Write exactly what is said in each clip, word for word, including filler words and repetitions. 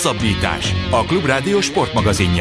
Hosszabbítás, a Klubrádió sportmagazinja.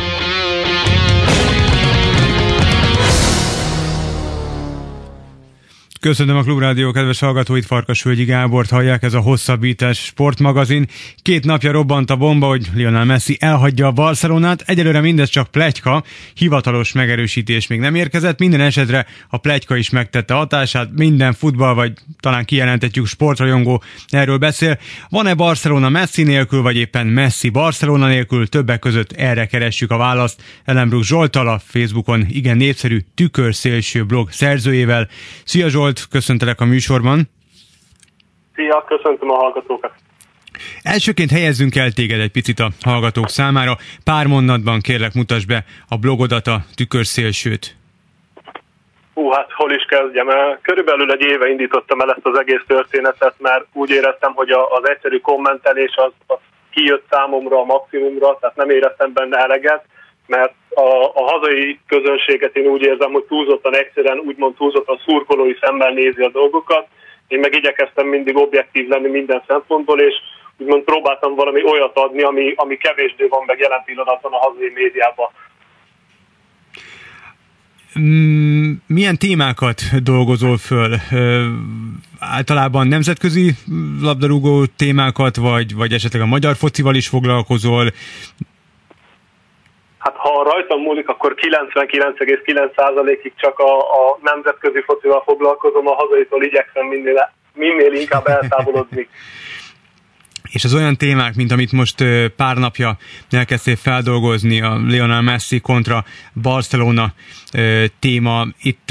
Köszönöm a Klubrádió kedves hallgatóit, Farkasvölgyi Gábort hallják, ez a Hosszabbítás sportmagazin. Két napja robbant a bomba, hogy Lionel Messi elhagyja a Barcelonát. Egyelőre mindez csak pletyka, hivatalos megerősítés még nem érkezett. Minden esetre a pletyka is megtette hatását, minden futball, vagy talán kijelentetjük sportrajongó erről beszél. Van-e Barcelona Messi nélkül, vagy éppen Messi Barcelona nélkül? Többek között erre keressük a választ Ellenbrook Zsolttal, a Facebookon igen népszerű Tükörszélső blog szerzőjével. Szia Zsolt! Köszöntelek a műsorban. Szia, köszöntöm a hallgatókat. Elsőként helyezzünk el téged egy picit a hallgatók számára. Pár mondatban kérlek mutasd be a blogodat, a Tükörszélsőt. Hú, hát hol is kezdjem? Körülbelül egy éve indítottam el ezt az egész történetet, mert úgy éreztem, hogy az egyszerű kommentelés az, az kijött számomra a maximumra, tehát nem éreztem benne eleget, mert a, a hazai közönséget én úgy érzem, hogy túlzottan egyszerűen, úgymond túlzottan szurkolói szemmel nézi a dolgokat. Én meg igyekeztem mindig objektív lenni minden szempontból, és úgymond próbáltam valami olyat adni, ami, ami kevésbé van meg jelen pillanatban a hazai médiában. Milyen témákat dolgozol föl? Általában nemzetközi labdarúgó témákat, vagy, vagy esetleg a magyar focival is foglalkozol? Hát ha rajtam múlik, akkor kilencvenkilenc egész kilenc százalékig csak a, a nemzetközi focival foglalkozom, a hazaitól igyekszem minél, minél inkább eltávolodni. És az olyan témák, mint amit most pár napja elkezdtél feldolgozni, a Lionel Messi kontra Barcelona téma, itt,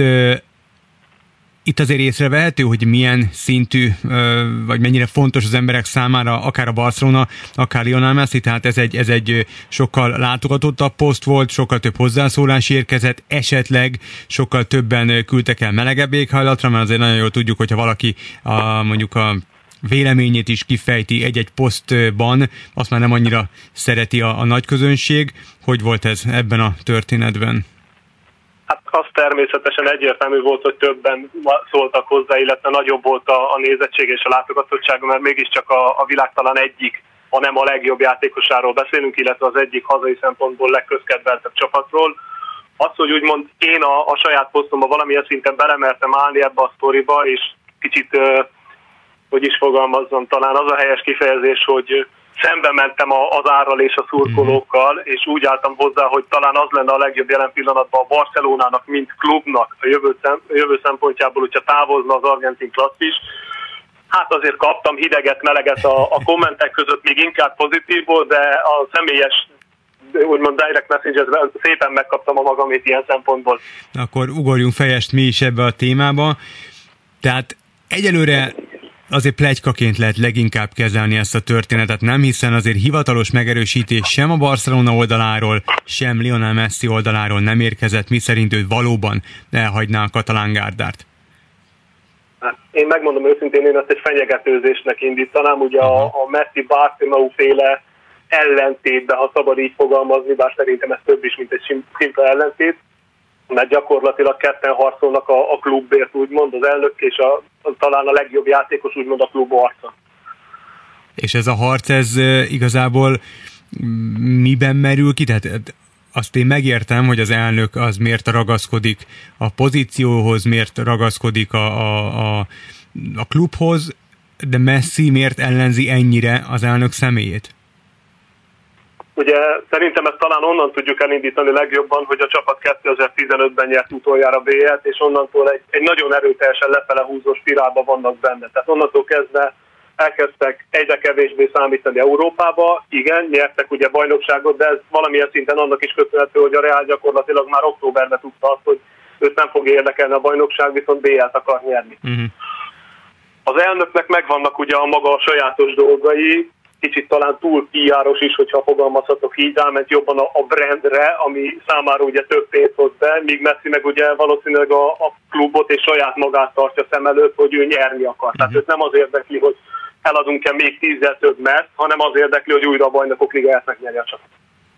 itt azért észrevehető, hogy milyen szintű, vagy mennyire fontos az emberek számára akár a Barcelona, akár Lionel Messi, tehát ez egy, ez egy sokkal látogatottabb poszt volt, sokkal több hozzászólás érkezett, esetleg sokkal többen küldtek el melegebb éghajlatra, mert azért nagyon jól tudjuk, hogyha valaki a, mondjuk a véleményét is kifejti egy-egy posztban, azt már nem annyira szereti a, a nagy közönség. Hogy volt ez ebben a történetben? Hát az természetesen egyértelmű volt, hogy többen szóltak hozzá, illetve nagyobb volt a, a nézettség és a látogatottsága, mert mégiscsak a, a világ talán egyik, ha nem a legjobb játékosáról beszélünk, illetve az egyik hazai szempontból legközkedveltebb csapatról. Az, hogy úgymond én a, a saját posztomban valamilyen szinten belemertem állni ebbe a sztoriba, és kicsit, uh, hogy is fogalmazzam, talán az a helyes kifejezés, hogy szembe mentem az árral és a szurkolókkal, és úgy álltam hozzá, hogy talán az lenne a legjobb jelen pillanatban a Barcelonának, mint klubnak a jövő, szem, jövő szempontjából, hogyha távozna az argentin klasszis. Hát azért kaptam hideget, meleget a, a kommentek között, még inkább pozitívból, de a személyes, úgymond direct messages-ben szépen megkaptam a magamét ilyen szempontból. Akkor ugorjunk fejest mi is ebbe a témába. Tehát egyelőre azért pletykaként lehet leginkább kezelni ezt a történetet, nem, hiszen azért hivatalos megerősítés sem a Barcelona oldaláról, sem Lionel Messi oldaláról nem érkezett, miszerint ő valóban elhagyná a katalán gárdát. Hát, én megmondom őszintén, én ezt egy fenyegetőzésnek indítanám, ugye a, a Messi-Bartomeu féle ellentétbe, ha szabad így fogalmazni, bár szerintem ez több is, mint egy szimpla ellentét, mert gyakorlatilag ketten harcolnak a, a klubért, úgymond, az elnök és a, a, talán a legjobb játékos, úgymond a klub arca. És ez a harc, ez igazából miben merül ki? Tehát azt én megértem, hogy az elnök az miért ragaszkodik a pozícióhoz, miért ragaszkodik a, a, a, a klubhoz, de Messi miért ellenzi ennyire az elnök személyét? Ugye szerintem ezt talán onnan tudjuk elindítani legjobban, hogy a csapat kétezer-tizenötben nyert utoljára bé é-t, és onnantól egy, egy nagyon erőteljesen lefele húzó spirálba vannak benne. Tehát onnantól kezdve elkezdtek egyre kevésbé számítani Európába. Igen, nyertek ugye bajnokságot, de ez valamilyen szinten annak is köszönhető, hogy a Real gyakorlatilag már októberben tudta azt, hogy őt nem fog érdekelni a bajnokság, viszont bé é-t akar nyerni. Uh-huh. Az elnöknek megvannak ugye a maga a sajátos dolgai, kicsit talán túl pé er-os is, hogyha fogalmazhatok így, ráment jobban a brandre, ami számára ugye több pénzt hoz be, míg Messi meg ugye valószínűleg a, a klubot és saját magát tartja szem előtt, hogy ő nyerni akar. Tehát őt nem az érdekli, hogy eladunk-e még tízzel több mert, hanem az érdekli, hogy újra a bajnokok ligáját megnyerje a csapat.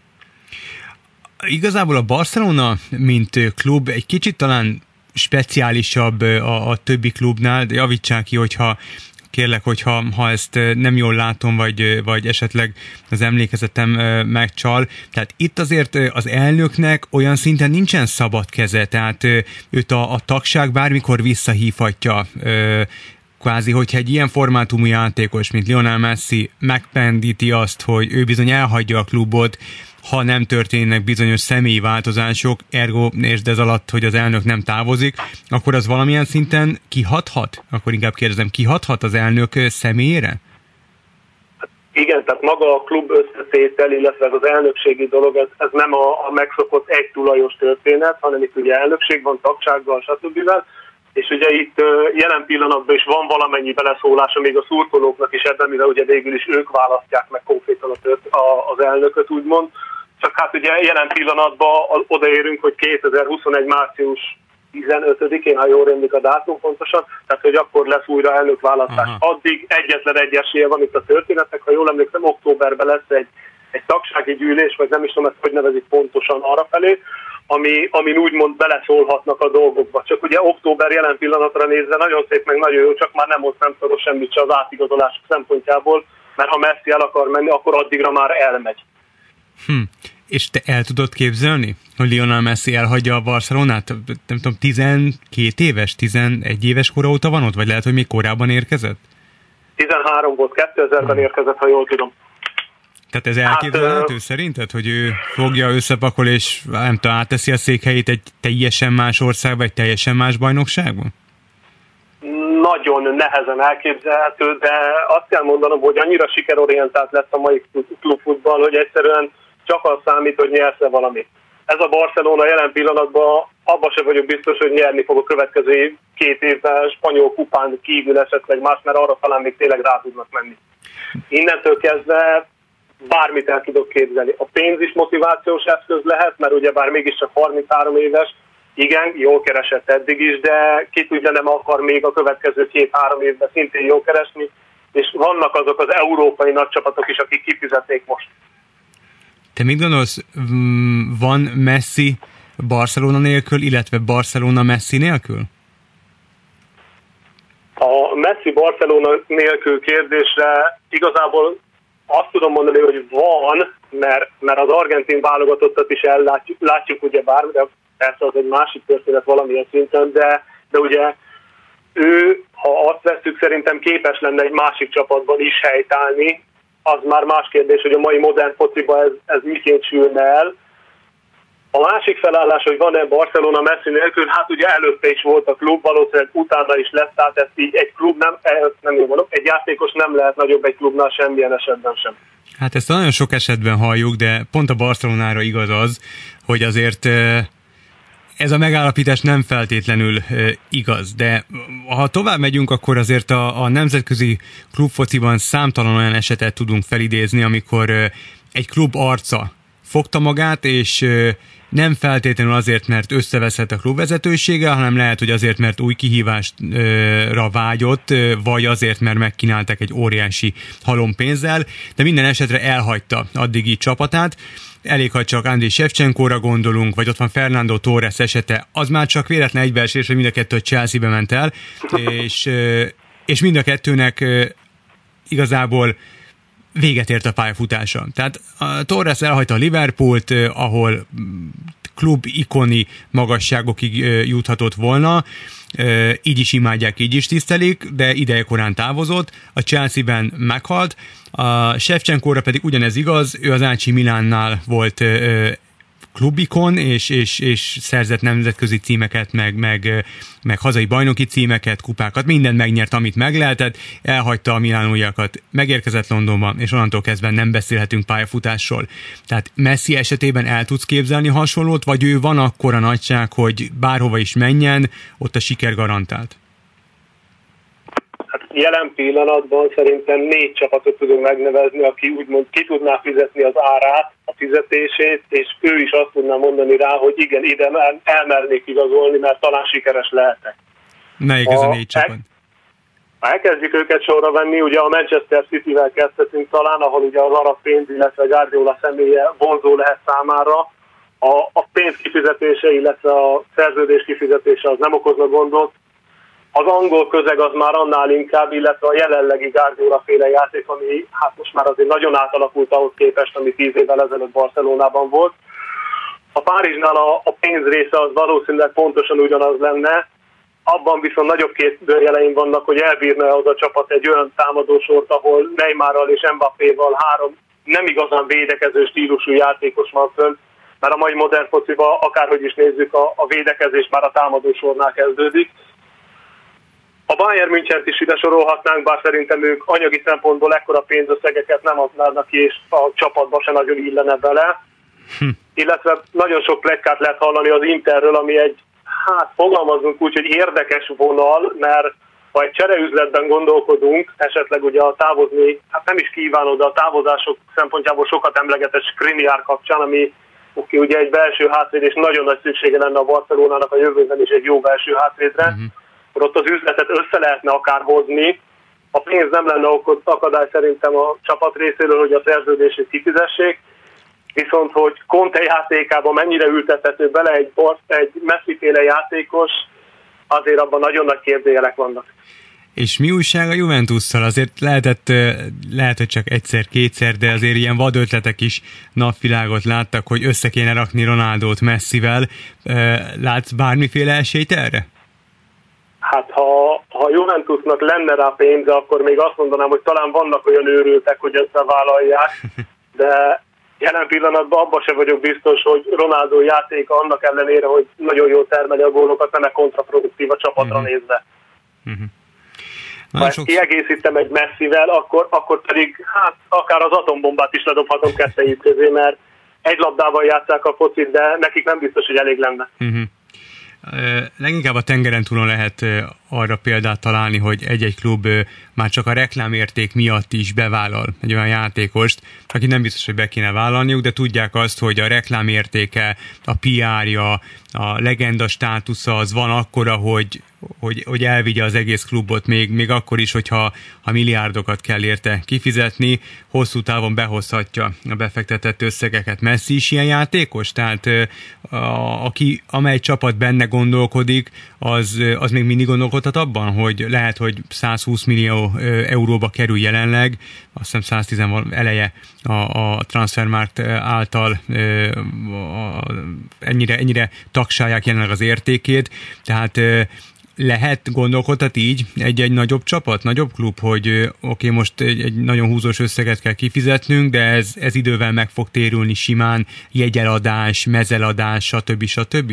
Igazából a Barcelona, mint klub, egy kicsit talán speciálisabb a, a többi klubnál, de javítsák ki, hogyha kérlek, hogyha ha ezt nem jól látom, vagy, vagy esetleg az emlékezetem megcsal. Tehát itt azért az elnöknek olyan szinten nincsen szabad keze, tehát őt a, a tagság bármikor visszahívhatja, kvázi, hogyha egy ilyen formátumú játékos, mint Lionel Messi megpendíti azt, hogy ő bizony elhagyja a klubot, ha nem történnek bizonyos személyi változások, ergo, és ez alatt, hogy az elnök nem távozik, akkor az valamilyen szinten kihathat? Akkor inkább kérdezem, kihathat az elnök személyére? Igen, tehát maga a klub összetétel, illetve az elnökségi dolog, ez, ez nem a, a megszokott egy tulajos történet, hanem itt ugye elnökség van, tagsággal, stb. És ugye itt jelen pillanatban is van valamennyi beleszólása még a szurkolóknak is ebben, mivel ugye végül is ők választják meg konkrétan az elnököt, úgymond. Csak hát ugye jelen pillanatban odaérünk, hogy kétezer-huszonegy március tizenötödikén, ha jól rémlik a dátum pontosan, tehát hogy akkor lesz újra elnökválasztás. Aha. Addig egyetlen egy esélye van itt a történetnek, ha jól emlékszem, októberben lesz egy, egy tagsági gyűlés, vagy nem is tudom, ezt hogy nevezik pontosan arrafelé, ami, amin úgymond beleszólhatnak a dolgokba. Csak ugye október jelen pillanatra nézve nagyon szép, meg nagyon jó, csak már nem ott nem szoros semmit se az átigazolások szempontjából, mert ha Messi el akar menni, akkor addigra már elmegy. Hm. És te el tudod képzelni, hogy Lionel Messi elhagyja a Barcelonát? Nem tudom, tizenkét éves, tizenegy éves kora óta van ott? Vagy lehet, hogy még korábban érkezett? tizenhárom volt, kétezerben hmm. érkezett, ha jól tudom. Tehát ez elképzelhető hát, szerinted, hogy ő fogja, összepakol és nem tudom, átteszi a székhelyét egy teljesen más országba, egy teljesen más bajnokságban? Nagyon nehezen elképzelhető, de azt kell mondanom, hogy annyira sikerorientált lett a mai klubfutball, hogy egyszerűen csak az számít, hogy nyersz-e valamit. Ez a Barcelona jelen pillanatban abban sem vagyok biztos, hogy nyerni fog a következő két évben spanyol kupán kívül esetleg más, mert arra talán még tényleg rá tudnak menni. Innentől kezdve bármit el tudok képzelni. A pénz is motivációs eszköz lehet, mert ugyebár mégiscsak harminchárom éves, igen, jól keresett eddig is, de ki tudja, nem akar még a következő két-három évben szintén jól keresni, és vannak azok az európai nagycsapatok is, akik kifizetnék most. Te mit gondolsz, van Messi Barcelona nélkül, illetve Barcelona Messi nélkül? A Messi Barcelona nélkül kérdésre igazából azt tudom mondani, hogy van, mert, mert az argentin válogatottat is ellátjuk, látjuk ugye bár, de persze az egy másik történet valamilyen szinten, de, de ugye ő, ha azt vesszük, szerintem képes lenne egy másik csapatban is helytállni. Az már más kérdés, hogy a mai modern fociban ez, ez miként sülne el. A másik felállás, hogy van-e Barcelona Messi nélkül, hát ugye előtte is volt a klub, valószínűleg utána is lesz, tehát ezt így egy klub nem, nem jól mondom, egy játékos nem lehet nagyobb egy klubnál semmilyen esetben sem. Hát ezt nagyon sok esetben halljuk, de pont a Barcelonára igaz az, hogy azért ez a megállapítás nem feltétlenül igaz, de ha tovább megyünk, akkor azért a, a nemzetközi klubfociban számtalan olyan esetet tudunk felidézni, amikor egy klub arca fogta magát, és nem feltétlenül azért, mert összeveszett a klubvezetősége, hanem lehet, hogy azért, mert új kihívásra vágyott, vagy azért, mert megkínáltak egy óriási halompénzzel, de minden esetre elhagyta addigi csapatát. Elég, ha csak Andriy Shevchenkóra gondolunk, vagy ott van Fernando Torres esete, az már csak véletlen egybeesés, hogy mind a kettő a Chelsea-be ment el, és, és mind a kettőnek igazából véget ért a pályafutása. Tehát a Torres elhagyta a Liverpoolt, ahol klub ikoni magasságokig juthatott volna, így is imádják, így is tisztelik, de idejekorán távozott, a Chelsea-ben meghalt, a Shevchenkóra pedig ugyanez igaz, ő az á cé Milánnál volt klubikon, és, és, és szerzett nemzetközi címeket, meg, meg, meg hazai bajnoki címeket, kupákat, mindent megnyert, amit meg lehetett, elhagyta a milánóiakat, megérkezett Londonba, és onnantól kezdve nem beszélhetünk pályafutásról. Tehát Messi esetében el tudsz képzelni hasonlót, vagy ő van akkora nagyság, hogy bárhova is menjen, ott a siker garantált? Hát jelen pillanatban szerintem négy csapatot tudunk megnevezni, aki úgymond ki tudná fizetni az árát, a fizetését, és ő is azt tudná mondani rá, hogy igen, ide elmernék igazolni, mert talán sikeres lehetek. Melyik ez a négy csapat? Ha elkezdjük őket sorra venni, ugye a Manchester Cityvel kezdhetünk talán, ahol ugye az arab pénz, illetve a Guardiola személye vonzó lehet számára. A, a pénz kifizetése, illetve a szerződés kifizetése az nem okozna gondot. Az angol közeg az már annál inkább, illetve a jelenlegi Guardiola féle játék, ami hát most már azért nagyon átalakult ahhoz képest, ami tíz évvel ezelőtt Barcelonában volt. A Párizsnál a, a pénz része az valószínűleg pontosan ugyanaz lenne, abban viszont nagyobb kérdőjeleim vannak, hogy elbírna az a csapat egy olyan támadósort, ahol Neymarral és Mbappéval három nem igazán védekező stílusú játékos van fönn, mert a mai modern fociban, akárhogy is nézzük, a, a védekezés már a támadósornál kezdődik. A Bayern Münchent is ide sorolhatnánk, bár szerintem ők anyagi szempontból ekkora pénzösszegeket nem adnának ki, és a csapatba se nagyon illene bele. Hm. Illetve nagyon sok pletykát lehet hallani az Interről, ami egy, hát fogalmazunk úgy, hogy érdekes vonal, mert ha egy csereüzletben gondolkodunk, esetleg ugye a távozni, hát nem is kívánod, de a távozások szempontjából sokat emlegetes Skriniar kapcsán, ami oké, ugye egy belső hátvéd, és nagyon nagy szüksége lenne a Barcelonának a jövőben is egy jó belső hátvédre, uh-huh. akkor ott az üzletet össze lehetne akár hozni. A pénz nem lenne akadály szerintem a csapat részéről, hogy a szerződését kifizessék, viszont hogy Conte játékában mennyire ültethető bele egy, egy Messi-féle játékos, azért abban nagyon nagy kérdőjelek vannak. És mi újság a Juventusszal? Azért lehetett, lehet, hogy csak egyszer-kétszer, de azért ilyen vad ötletek is napvilágot láttak, hogy össze kéne rakni Ronaldót Messivel. Látsz bármiféle esélyt erre? Hát ha, ha a Juventusnak lenne rá pénze, akkor még azt mondanám, hogy talán vannak olyan őrültek, hogy összevállalják, de jelen pillanatban abban sem vagyok biztos, hogy Ronaldo játéka annak ellenére, hogy nagyon jól termeli a gólokat, nem kontraproduktív a csapatra uh-huh. nézve. Uh-huh. Ha ezt kiegészítem egy Messivel, akkor, akkor pedig hát akár az atombombát is ledobhatom kettejük közé, mert egy labdával játsszák a focit, de nekik nem biztos, hogy elég lenne. Uh-huh. Leginkább a tengeren túlon lehet arra példát találni, hogy egy-egy klub már csak a reklámérték miatt is bevállal egy olyan játékost, aki nem biztos, hogy be kéne vállalniuk, de tudják azt, hogy a reklámértéke, a pé er-ja, a legenda státusza az van akkora, hogy, hogy, hogy elvigye az egész klubot, még, még akkor is, hogyha ha milliárdokat kell érte kifizetni, hosszú távon behozhatja a befektetett összegeket. Messi is ilyen játékos? Tehát a, aki, amely csapat benne gondolkodik, az, az még mindig gondolkodhat abban, hogy lehet, hogy százhúsz millió euróba kerül jelenleg, azt hiszem száztíz van eleje a, a Transfermarkt által a, ennyire, ennyire tagsálják jelenleg az értékét, tehát lehet gondolkodhat így egy-egy nagyobb csapat, nagyobb klub, hogy oké, okay, most egy, egy nagyon húzós összeget kell kifizetnünk, de ez, ez idővel meg fog térülni simán, jegyeladás, mezeladás, stb. stb.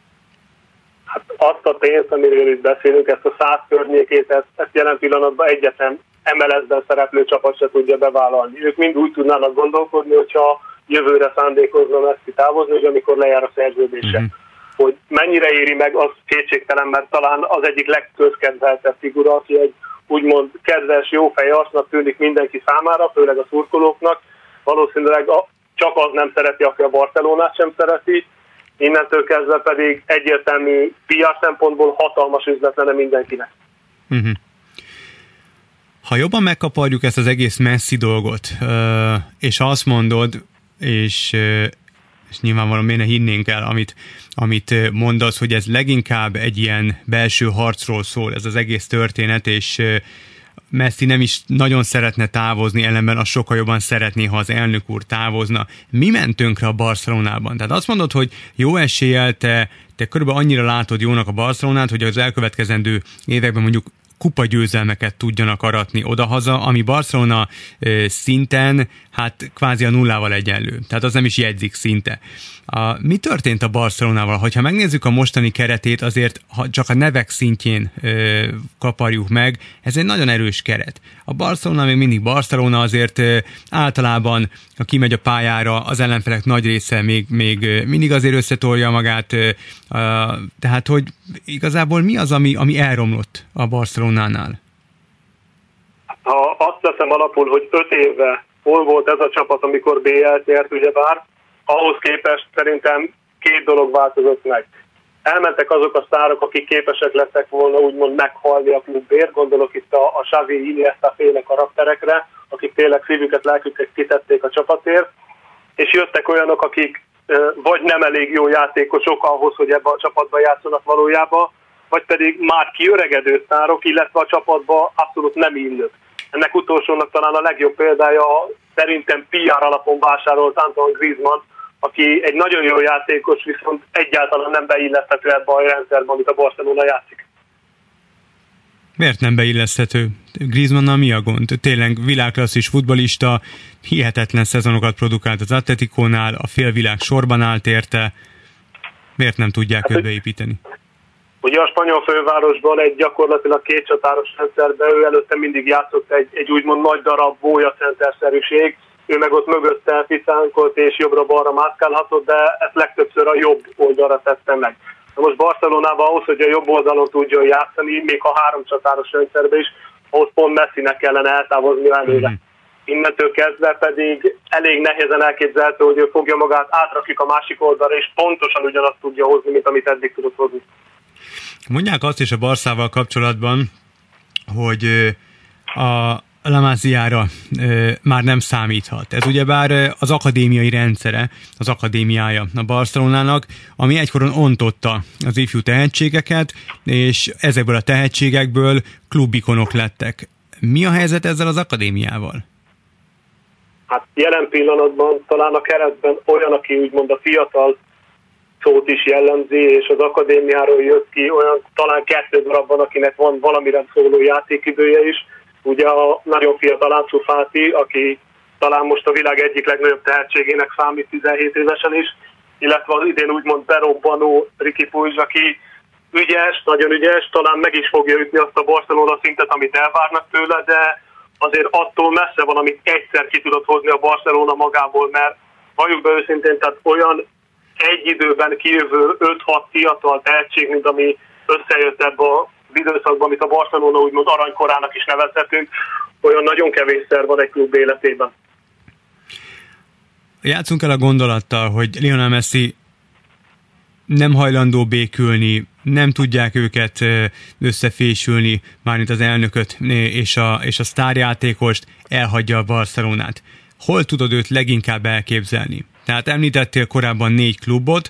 Hát azt a pénzt, amiről itt beszélünk, ezt a száz környékét, ezt, ezt jelen pillanatban egyetlen em el es-ben szereplő csapat se tudja bevállalni. Ők mind úgy tudnának gondolkodni, hogyha jövőre szándékozna Messi távozni, hogy amikor lejár a szerződése. Mm-hmm. Hogy mennyire éri meg, az kétségtelen, mert talán az egyik legközkedveltebb figura, aki egy úgymond kedves, jófej arcnak tűnik mindenki számára, főleg a szurkolóknak. Valószínűleg a, csak az nem szereti, aki a Barcelonát sem szereti, innentől kezdve pedig egyértelmű pé er szempontból hatalmas üzlet lenne mindenkinek. Uh-huh. Ha jobban megkaparjuk ezt az egész Messi dolgot, és azt mondod, és, és nyilvánvalóan miért ne hinnénk el, amit, amit mondasz, hogy ez leginkább egy ilyen belső harcról szól, ez az egész történet, és Messi nem is nagyon szeretne távozni, ellenben azt sokkal jobban szeretné, ha az elnök úr távozna. Mi ment tönkre a Barcelonában? Tehát azt mondod, hogy jó eséllyel te, te körülbelül annyira látod jónak a Barcelonát, hogy az elkövetkezendő években mondjuk kupagyőzelmeket tudjanak aratni odahaza, ami Barcelona e, szinten hát kvázi a nullával egyenlő. Tehát az nem is jegyzik szinte. A, mi történt a Barcelonával? Ha megnézzük a mostani keretét, azért ha csak a nevek szintjén e, kaparjuk meg, ez egy nagyon erős keret. A Barcelona még mindig Barcelona, azért e, általában, ha kimegy a pályára, az ellenfelek nagy része még, még mindig azért összetolja magát. E, a, tehát, hogy igazából mi az, ami, ami elromlott a Barcelonánál? Ha azt teszem alapul, hogy öt éve hol volt ez a csapat, amikor bé el-t nyert, ugyebár, ahhoz képest szerintem két dolog változott meg. Elmentek azok a sztárok, akik képesek lettek volna úgymond meghalni a klubért, gondolok itt a, a Xavi, Iniesta féle karakterekre, akik tényleg szívüket, lelküket kitették a csapatért, és jöttek olyanok, akik vagy nem elég jó játékosok ahhoz, hogy ebben a csapatban játszanak valójában, vagy pedig már kiöregedő sztárok, illetve a csapatba abszolút nem illők. Ennek utolsónak talán a legjobb példája szerintem pé er alapon vásárolt Antoine Griezmann, aki egy nagyon jó játékos, viszont egyáltalán nem beilleszthető ebbe a rendszerbe, amit a Barcelona játszik. Miért nem beilleszthető? Griezmannnal mi a gond? Tényleg világklasszis futballista, hihetetlen szezonokat produkált az Atleticónál, a félvilág sorban állt érte. Miért nem tudják hát, őt beépíteni? Ugye a spanyol fővárosban egy gyakorlatilag két csatáros rendszerben ő előtte mindig játszott egy, egy úgymond nagy darab bólyacenterszerűség, ő meg ott mögötte ficánkolt és jobbra-balra mászkálhatott, de ezt legtöbbször a jobb oldalra tette meg. Na most Barcelonában ahhoz, hogy a jobb oldalon tudjon játszani, még a három csatáros rendszerben is, ahhoz pont Messinek kellene eltávozni előre. Mm. Innentől kezdve pedig elég nehézen elképzelhető, hogy ő fogja magát, átrakjuk a másik oldalra, és pontosan ugyanazt tudja hozni, mint amit eddig tudott hozni. Mondják azt is a Barszával kapcsolatban, hogy a La Masia-ra már nem számíthat. Ez ugyebár az akadémiai rendszere, az akadémiája a Barcelonának, ami egykoron ontotta az ifjú tehetségeket, és ezekből a tehetségekből klubikonok lettek. Mi a helyzet ezzel az akadémiával? Hát jelen pillanatban talán a keretben olyan, aki úgymond a fiatal szót is jellemzi, és az akadémiáról jött ki, olyan talán kettő darab van, akinek van valamire szóló játékidője is. Ugye a nagyon fiatal Ansu Fati, aki talán most a világ egyik legnagyobb tehetségének számít tizenhét évesen is, illetve az idén úgymond berobbanó Riqui Puig, aki ügyes, nagyon ügyes, talán meg is fogja ütni azt a Barcelona szintet, amit elvárnak tőle, de azért attól messze van, amit egyszer ki tudott hozni a Barcelona magából, mert valljuk be őszintén, tehát olyan egy időben kijövő öt-hat fiatal tehetség, mint ami összejött ebbe a időszakban, amit a Barcelona úgymond aranykorának is nevezhetünk, olyan nagyon kevésszer van egy klub életében. Játszunk el a gondolattal, hogy Lionel Messi nem hajlandó békülni, nem tudják őket összefésülni, mármint az elnököt és a, és a sztárjátékost, elhagyja a Barcelonát. Hol tudod őt leginkább elképzelni? Tehát említettél korábban négy klubot,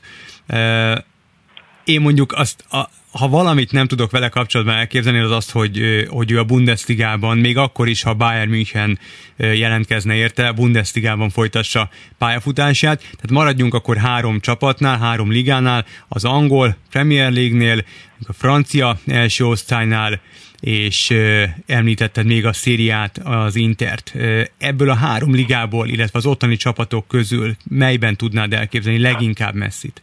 én mondjuk azt, a, ha valamit nem tudok vele kapcsolatban elképzelni, az azt, hogy, hogy ő a Bundesligában, még akkor is, ha Bayern München jelentkezne érte, a Bundesligában folytassa pályafutását. Tehát maradjunk akkor három csapatnál, három ligánál, az angol Premier League-nél, a francia első osztálynál, és említetted még a Szériát, az Intert. Ebből a három ligából, illetve az ottani csapatok közül melyben tudnád elképzelni leginkább Messit?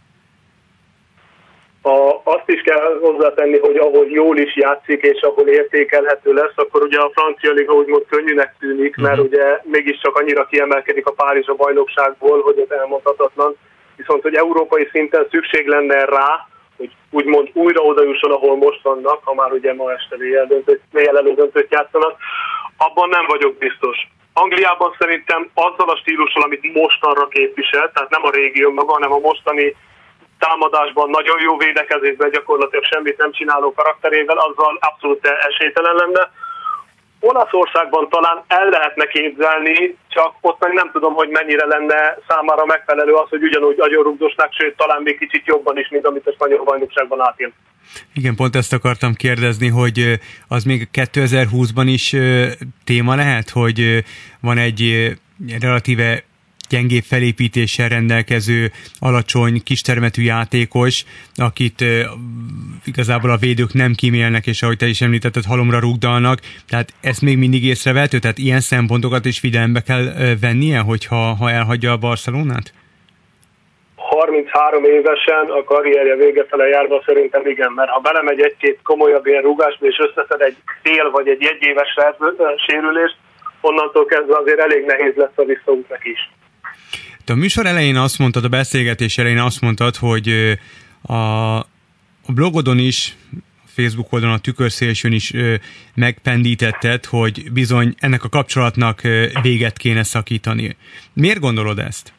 A, azt is kell hozzátenni, hogy ahol jól is játszik, és ahol értékelhető lesz, akkor ugye a francia liga úgymond könnyűnek tűnik, mert uh-huh. ugye mégiscsak annyira kiemelkedik a Párizs a bajnokságból, hogy ez elmondhatatlan. Viszont, hogy európai szinten szükség lenne rá, hogy úgymond újra odajusson, ahol most vannak, ha már ugye ma este vé el elődöntőt játszanak, abban nem vagyok biztos. Angliában szerintem azzal a stílussal, amit mostanra képvisel, tehát nem a régió maga, hanem a mostani támadásban nagyon jó védekezésben gyakorlatilag semmit nem csináló karakterével, azzal abszolút esélytelen lenne. Olaszországban talán el lehetne képzelni, csak ott meg nem tudom, hogy mennyire lenne számára megfelelő az, hogy ugyanúgy agyonrugdosnák, sőt talán még kicsit jobban is, mint amit a spanyol bajnokságban átél. Igen, pont ezt akartam kérdezni, hogy az még kétezer-húszban is téma lehet, hogy van egy relatíve gyengébb felépítéssel rendelkező, alacsony, kistermetű játékos, akit uh, igazából a védők nem kímélnek, és ahogy te is említetted, halomra rúgdalnak. Tehát ezt még mindig észrevehető? Tehát ilyen szempontokat is figyelembe kell uh, vennie, hogyha ha elhagyja a Barcelonát? harminchárom évesen a karrierje vége fele járva szerintem igen, mert ha belemegy egy-két komolyabb ilyen rúgásba, és összeszed egy fél vagy egy egyéves sérülést, onnantól kezdve azért elég nehéz lesz a visszaútnak is. Te a műsor elején azt mondtad, a beszélgetés elején azt mondtad, hogy a, a blogodon is, a Facebook oldalon, a Tükörszélsőn is megpendítetted, hogy bizony ennek a kapcsolatnak véget kéne szakítani. Miért gondolod ezt?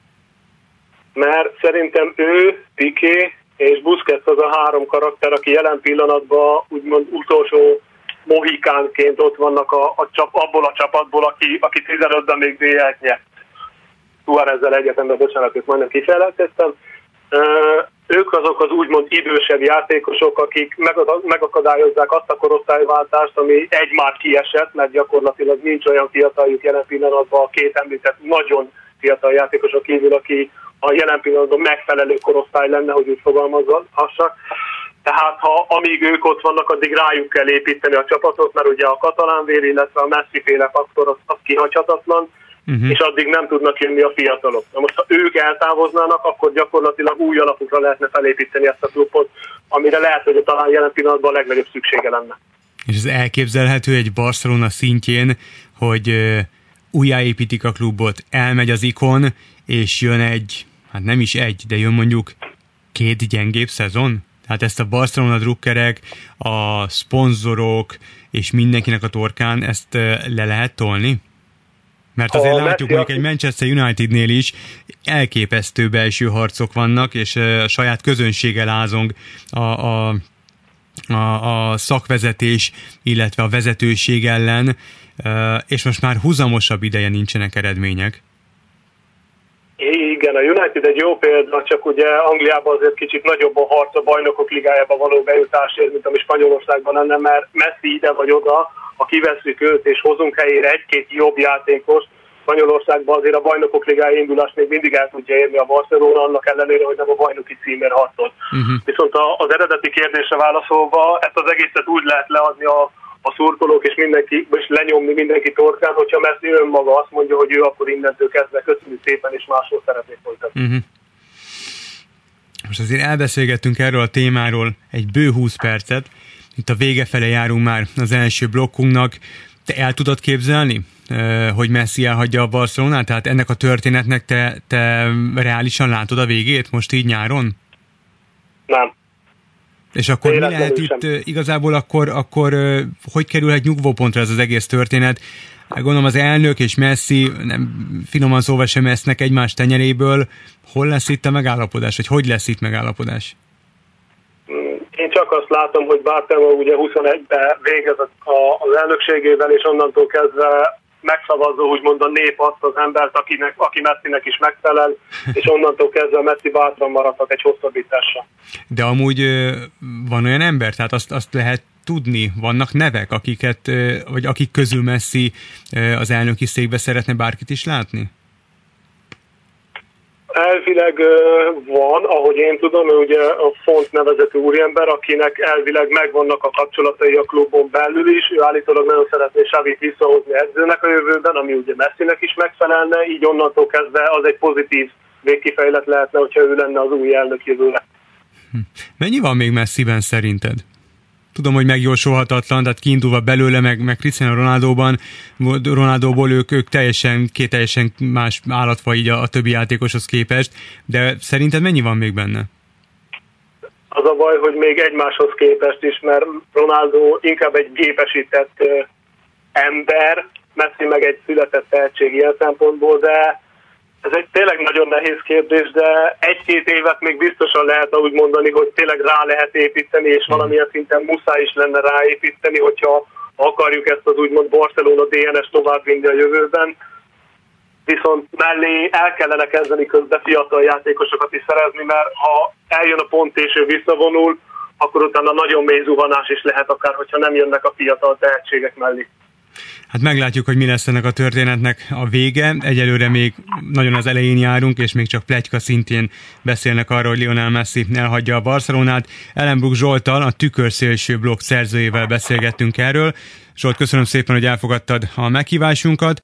Mert szerintem ő, Piqué és Busquets az a három karakter, aki jelen pillanatban úgymond utolsó mohikánként ott vannak a, a csap, abból a csapatból, aki, aki tizenötben még bé el-t nyert. Suárezzel egyetemben, bocsánat, őt majdnem kifejlesztettem. ők azok az úgymond idősebb játékosok, akik megakadályozzák azt a korosztályváltást, ami egy már kiesett, mert gyakorlatilag nincs olyan fiataljuk jelen pillanatban a két említett nagyon fiatal játékosok kívül, aki a jelen pillanatban megfelelő korosztály lenne, hogy úgy fogalmazhassak. Tehát ha amíg ők ott vannak, addig rájuk kell építeni a csapatot, mert ugye a katalán vér, illetve a Messi-féle faktor az, az kihagyhatatlan, uh-huh. és addig nem tudnak jönni a fiatalok. Na most, ha ők eltávoznának, akkor gyakorlatilag új alapokra lehetne felépíteni ezt a klubot, amire lehet, hogy talán jelen pillanatban a legnagyobb szüksége lenne. És ez elképzelhető egy Barcelona szintjén, hogy uh, újjáépítik a klubot, elmegy az ikon, és jön egy, hát nem is egy, de jön mondjuk két gyengébb szezon? Tehát ezt a Barcelona drukkerek, a szponzorok és mindenkinek a torkán ezt le lehet tolni? Mert azért a látjuk, mondjuk egy Manchester Unitednél is elképesztő belső harcok vannak, és a saját közönsége lázong a, a, a, a szakvezetés, illetve a vezetőség ellen, és most már húzamosabb ideje nincsenek eredmények. Igen, a United egy jó példa, csak ugye Angliában azért kicsit nagyobb a harc a bajnokok ligájába való bejutásért, mint ami Spanyolországban lenne, mert Messi ide vagy oda, ha kivesszük őt és hozunk helyére egy-két jobb játékost, Spanyolországban azért a bajnokok ligája indulást még mindig el tudja érni a Barcelona, annak ellenére, hogy nem a bajnoki címért harcol. Uh-huh. Viszont az eredeti kérdésre válaszolva, ezt az egészet úgy lehet leadni a a szurkolók és mindenki, és lenyomni mindenki torkán, hogyha Messi önmaga azt mondja, hogy ő akkor innentől kezdve köszönjük szépen, és máshol szeretnék folytatni. Uh-huh. Most azért elbeszélgettünk erről a témáról egy bő húsz percet, itt a vége fele járunk már az első blokkunknak. Te el tudod képzelni, hogy Messi elhagyja a Barcelonát? Tehát ennek a történetnek te, te reálisan látod a végét most így nyáron? Nem. És akkor mi lehet itt sem. Igazából akkor, akkor hogy kerülhet nyugvópontra ez az egész történet? Gondolom az elnök és Messi, nem, finoman szóval sem esznek egymás tenyeréből. Hol lesz itt a megállapodás? Vagy hogy lesz itt megállapodás? Én csak azt látom, hogy Bartomeu ugye huszonegyben végez az elnökségével, és onnantól kezdve megszavazza úgymond a nép azt az embert, akinek, aki Messinek is megfelel, és onnantól kezdve Messi bátran maradhat egy hosszabbításra. De amúgy van olyan ember, tehát azt, azt lehet tudni, vannak nevek, akiket, vagy akik közül Messi az elnöki székbe szeretne bárkit is látni? Elvileg van, ahogy én tudom, ő ugye a Font nevezetű úriember, akinek elvileg megvannak a kapcsolatai a klubon belül is. Ő állítólag nagyon szeretné Xavit visszahozni edzőnek a jövőben, ami ugye Messinek is megfelelne, így onnantól kezdve az egy pozitív végkifejlet lehetne, hogyha ő lenne az új elnök jövőre. Mennyi van még Messiben szerinted? Tudom, hogy megjósolhatatlan, tehát kiindulva belőle, meg, meg Cristiano Ronaldoban, Ronaldoból ők, ők teljesen, két teljesen más állatfaj így a, a többi játékoshoz képest, de szerinted mennyi van még benne? Az a baj, hogy még egymáshoz képest is, mert Ronaldo inkább egy gépesített uh, ember, Messi meg egy született tehetség ilyen szempontból, de ez egy tényleg nagyon nehéz kérdés, de egy-két évet még biztosan lehet úgy mondani, hogy tényleg rá lehet építeni, és valamilyen szinten muszáj is lenne ráépíteni, hogyha akarjuk ezt az úgymond Barcelona dé en es továbbvinni a jövőben. Viszont mellé el kellene kezdeni közben fiatal játékosokat is szerezni, mert ha eljön a pont és ő visszavonul, akkor utána nagyon mély zuhanás is lehet akár, hogyha nem jönnek a fiatal tehetségek mellé. Hát meglátjuk, hogy mi lesz ennek a történetnek a vége. Egyelőre még nagyon az elején járunk, és még csak pletyka szintén beszélnek arról, hogy Lionel Messi elhagyja a Barcelonát. Ellenbrook Zsolttal, a Tükörszélső blog szerzőjével beszélgettünk erről. Zsolt, köszönöm szépen, hogy elfogadtad a meghívásunkat.